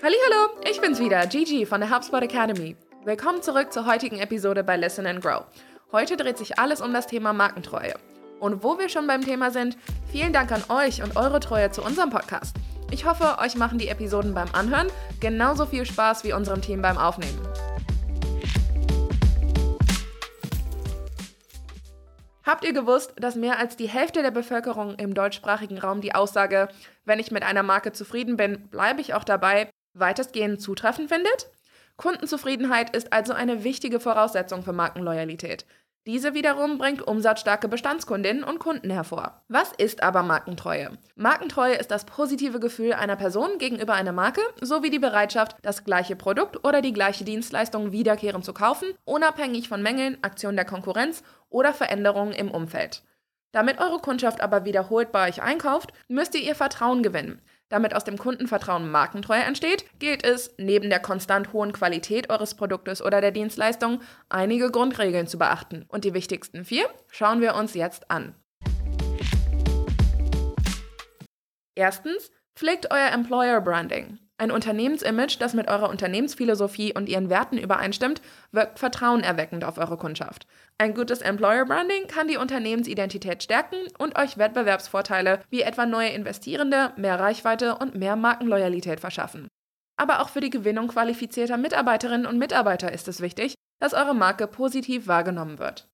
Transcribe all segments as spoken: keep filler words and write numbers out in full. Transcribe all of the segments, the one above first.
Hallihallo, ich bin's wieder, Gigi von der HubSpot Academy. Willkommen zurück zur heutigen Episode bei Listen and Grow. Heute dreht sich alles um das Thema Markentreue. Und wo wir schon beim Thema sind, vielen Dank an euch und eure Treue zu unserem Podcast. Ich hoffe, euch machen die Episoden beim Anhören genauso viel Spaß wie unserem Team beim Aufnehmen. Habt ihr gewusst, dass mehr als die Hälfte der Bevölkerung im deutschsprachigen Raum die Aussage, wenn ich mit einer Marke zufrieden bin, bleibe ich auch dabei, weitestgehend zutreffend findet? Kundenzufriedenheit ist also eine wichtige Voraussetzung für Markenloyalität. Diese wiederum bringt umsatzstarke Bestandskundinnen und Kunden hervor. Was ist aber Markentreue? Markentreue ist das positive Gefühl einer Person gegenüber einer Marke sowie die Bereitschaft, das gleiche Produkt oder die gleiche Dienstleistung wiederkehrend zu kaufen, unabhängig von Mängeln, Aktionen der Konkurrenz oder Veränderungen im Umfeld. Damit eure Kundschaft aber wiederholt bei euch einkauft, müsst ihr ihr Vertrauen gewinnen. Damit aus dem Kundenvertrauen Markentreue entsteht, gilt es, neben der konstant hohen Qualität eures Produktes oder der Dienstleistung, einige Grundregeln zu beachten. Und die wichtigsten vier schauen wir uns jetzt an. Erstens, pflegt euer Employer Branding. Ein Unternehmensimage, das mit eurer Unternehmensphilosophie und ihren Werten übereinstimmt, wirkt vertrauenerweckend auf eure Kundschaft. Ein gutes Employer Branding kann die Unternehmensidentität stärken und euch Wettbewerbsvorteile wie etwa neue Investierende, mehr Reichweite und mehr Markenloyalität verschaffen. Aber auch für die Gewinnung qualifizierter Mitarbeiterinnen und Mitarbeiter ist es wichtig, dass eure Marke positiv wahrgenommen wird.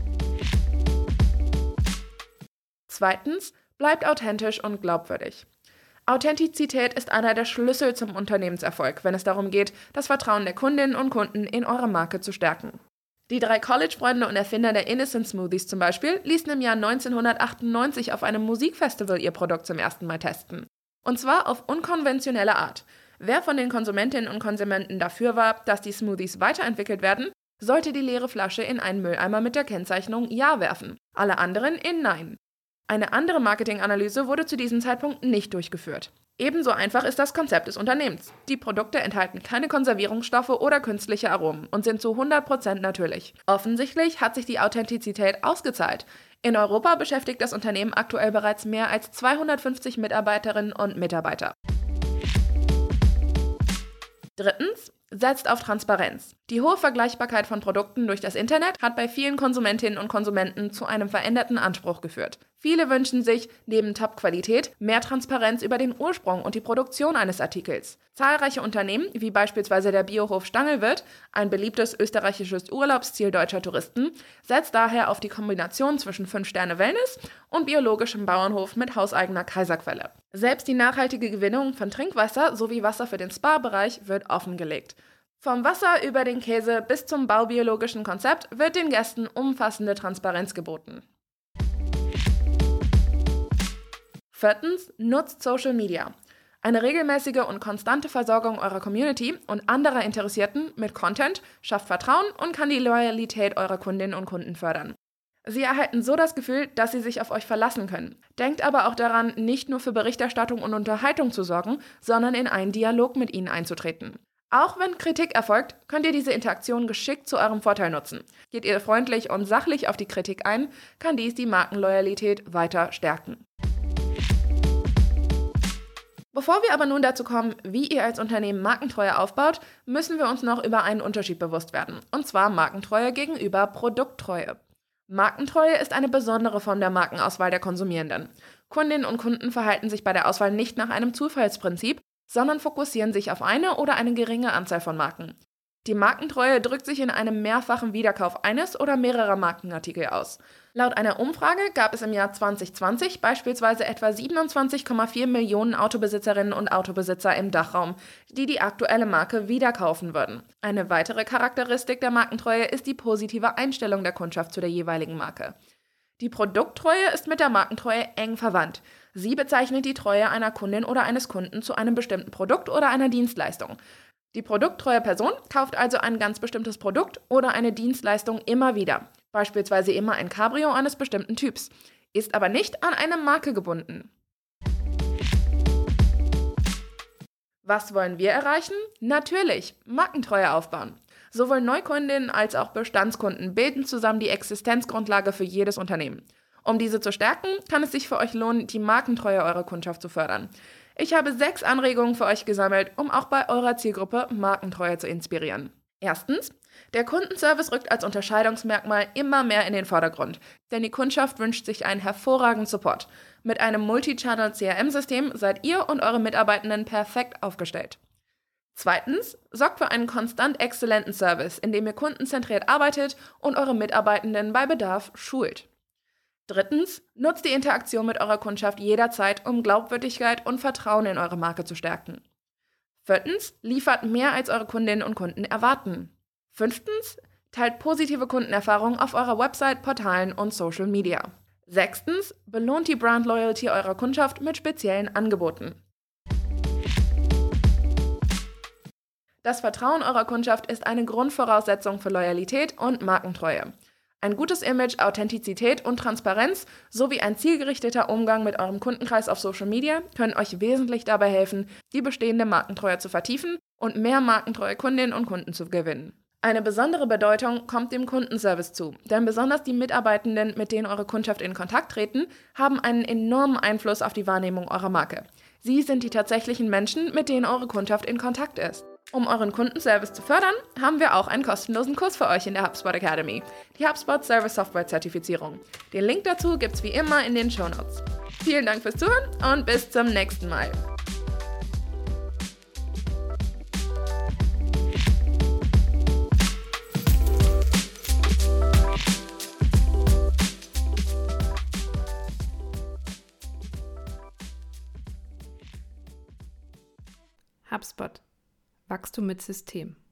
Zweitens, bleibt authentisch und glaubwürdig. Authentizität ist einer der Schlüssel zum Unternehmenserfolg, wenn es darum geht, das Vertrauen der Kundinnen und Kunden in eure Marke zu stärken. Die drei College-Freunde und Erfinder der Innocent Smoothies zum Beispiel ließen im Jahr neunzehnhundertachtundneunzig auf einem Musikfestival ihr Produkt zum ersten Mal testen. Und zwar auf unkonventionelle Art. Wer von den Konsumentinnen und Konsumenten dafür war, dass die Smoothies weiterentwickelt werden, sollte die leere Flasche in einen Mülleimer mit der Kennzeichnung Ja werfen, alle anderen in Nein. Eine andere Marketinganalyse wurde zu diesem Zeitpunkt nicht durchgeführt. Ebenso einfach ist das Konzept des Unternehmens. Die Produkte enthalten keine Konservierungsstoffe oder künstliche Aromen und sind zu hundert Prozent natürlich. Offensichtlich hat sich die Authentizität ausgezahlt. In Europa beschäftigt das Unternehmen aktuell bereits mehr als zweihundertfünfzig Mitarbeiterinnen und Mitarbeiter. Drittens, setzt auf Transparenz. Die hohe Vergleichbarkeit von Produkten durch das Internet hat bei vielen Konsumentinnen und Konsumenten zu einem veränderten Anspruch geführt. Viele wünschen sich, neben Top-Qualität, mehr Transparenz über den Ursprung und die Produktion eines Artikels. Zahlreiche Unternehmen, wie beispielsweise der Biohof Stangelwirt, ein beliebtes österreichisches Urlaubsziel deutscher Touristen, setzt daher auf die Kombination zwischen fünf Sterne Wellness und biologischem Bauernhof mit hauseigener Kaiserquelle. Selbst die nachhaltige Gewinnung von Trinkwasser sowie Wasser für den Spa-Bereich wird offengelegt. Vom Wasser über den Käse bis zum baubiologischen Konzept wird den Gästen umfassende Transparenz geboten. Viertens, nutzt Social Media. Eine regelmäßige und konstante Versorgung eurer Community und anderer Interessierten mit Content schafft Vertrauen und kann die Loyalität eurer Kundinnen und Kunden fördern. Sie erhalten so das Gefühl, dass sie sich auf euch verlassen können. Denkt aber auch daran, nicht nur für Berichterstattung und Unterhaltung zu sorgen, sondern in einen Dialog mit ihnen einzutreten. Auch wenn Kritik erfolgt, könnt ihr diese Interaktion geschickt zu eurem Vorteil nutzen. Geht ihr freundlich und sachlich auf die Kritik ein, kann dies die Markenloyalität weiter stärken. Bevor wir aber nun dazu kommen, wie ihr als Unternehmen Markentreue aufbaut, müssen wir uns noch über einen Unterschied bewusst werden, und zwar Markentreue gegenüber Produkttreue. Markentreue ist eine besondere Form der Markenauswahl der Konsumierenden. Kundinnen und Kunden verhalten sich bei der Auswahl nicht nach einem Zufallsprinzip, sondern fokussieren sich auf eine oder eine geringe Anzahl von Marken. Die Markentreue drückt sich in einem mehrfachen Wiederkauf eines oder mehrerer Markenartikel aus. Laut einer Umfrage gab es im Jahr zwanzig zwanzig beispielsweise etwa siebenundzwanzig Komma vier Millionen Autobesitzerinnen und Autobesitzer im Dachraum, die die aktuelle Marke wieder kaufen würden. Eine weitere Charakteristik der Markentreue ist die positive Einstellung der Kundschaft zu der jeweiligen Marke. Die Produkttreue ist mit der Markentreue eng verwandt. Sie bezeichnet die Treue einer Kundin oder eines Kunden zu einem bestimmten Produkt oder einer Dienstleistung. Die produkttreue Person kauft also ein ganz bestimmtes Produkt oder eine Dienstleistung immer wieder, beispielsweise immer ein Cabrio eines bestimmten Typs, ist aber nicht an eine Marke gebunden. Was wollen wir erreichen? Natürlich, Markentreue aufbauen. Sowohl Neukundinnen als auch Bestandskunden bilden zusammen die Existenzgrundlage für jedes Unternehmen. Um diese zu stärken, kann es sich für euch lohnen, die Markentreue eurer Kundschaft zu fördern. Ich habe sechs Anregungen für euch gesammelt, um auch bei eurer Zielgruppe Markentreue zu inspirieren. Erstens, der Kundenservice rückt als Unterscheidungsmerkmal immer mehr in den Vordergrund, denn die Kundschaft wünscht sich einen hervorragenden Support. Mit einem Multi-Channel-C R M-System seid ihr und eure Mitarbeitenden perfekt aufgestellt. Zweitens, sorgt für einen konstant exzellenten Service, indem ihr kundenzentriert arbeitet und eure Mitarbeitenden bei Bedarf schult. Drittens, nutzt die Interaktion mit eurer Kundschaft jederzeit, um Glaubwürdigkeit und Vertrauen in eure Marke zu stärken. Viertens, liefert mehr, als eure Kundinnen und Kunden erwarten. Fünftens, teilt positive Kundenerfahrungen auf eurer Website, Portalen und Social Media. Sechstens, belohnt die Brand Loyalty eurer Kundschaft mit speziellen Angeboten. Das Vertrauen eurer Kundschaft ist eine Grundvoraussetzung für Loyalität und Markentreue. Ein gutes Image, Authentizität und Transparenz sowie ein zielgerichteter Umgang mit eurem Kundenkreis auf Social Media können euch wesentlich dabei helfen, die bestehende Markentreue zu vertiefen und mehr markentreue Kundinnen und Kunden zu gewinnen. Eine besondere Bedeutung kommt dem Kundenservice zu, denn besonders die Mitarbeitenden, mit denen eure Kundschaft in Kontakt treten, haben einen enormen Einfluss auf die Wahrnehmung eurer Marke. Sie sind die tatsächlichen Menschen, mit denen eure Kundschaft in Kontakt ist. Um euren Kundenservice zu fördern, haben wir auch einen kostenlosen Kurs für euch in der HubSpot Academy, die HubSpot Service Software Zertifizierung. Den Link dazu gibt's wie immer in den Shownotes. Vielen Dank fürs Zuhören und bis zum nächsten Mal. HubSpot. Wachstum mit System.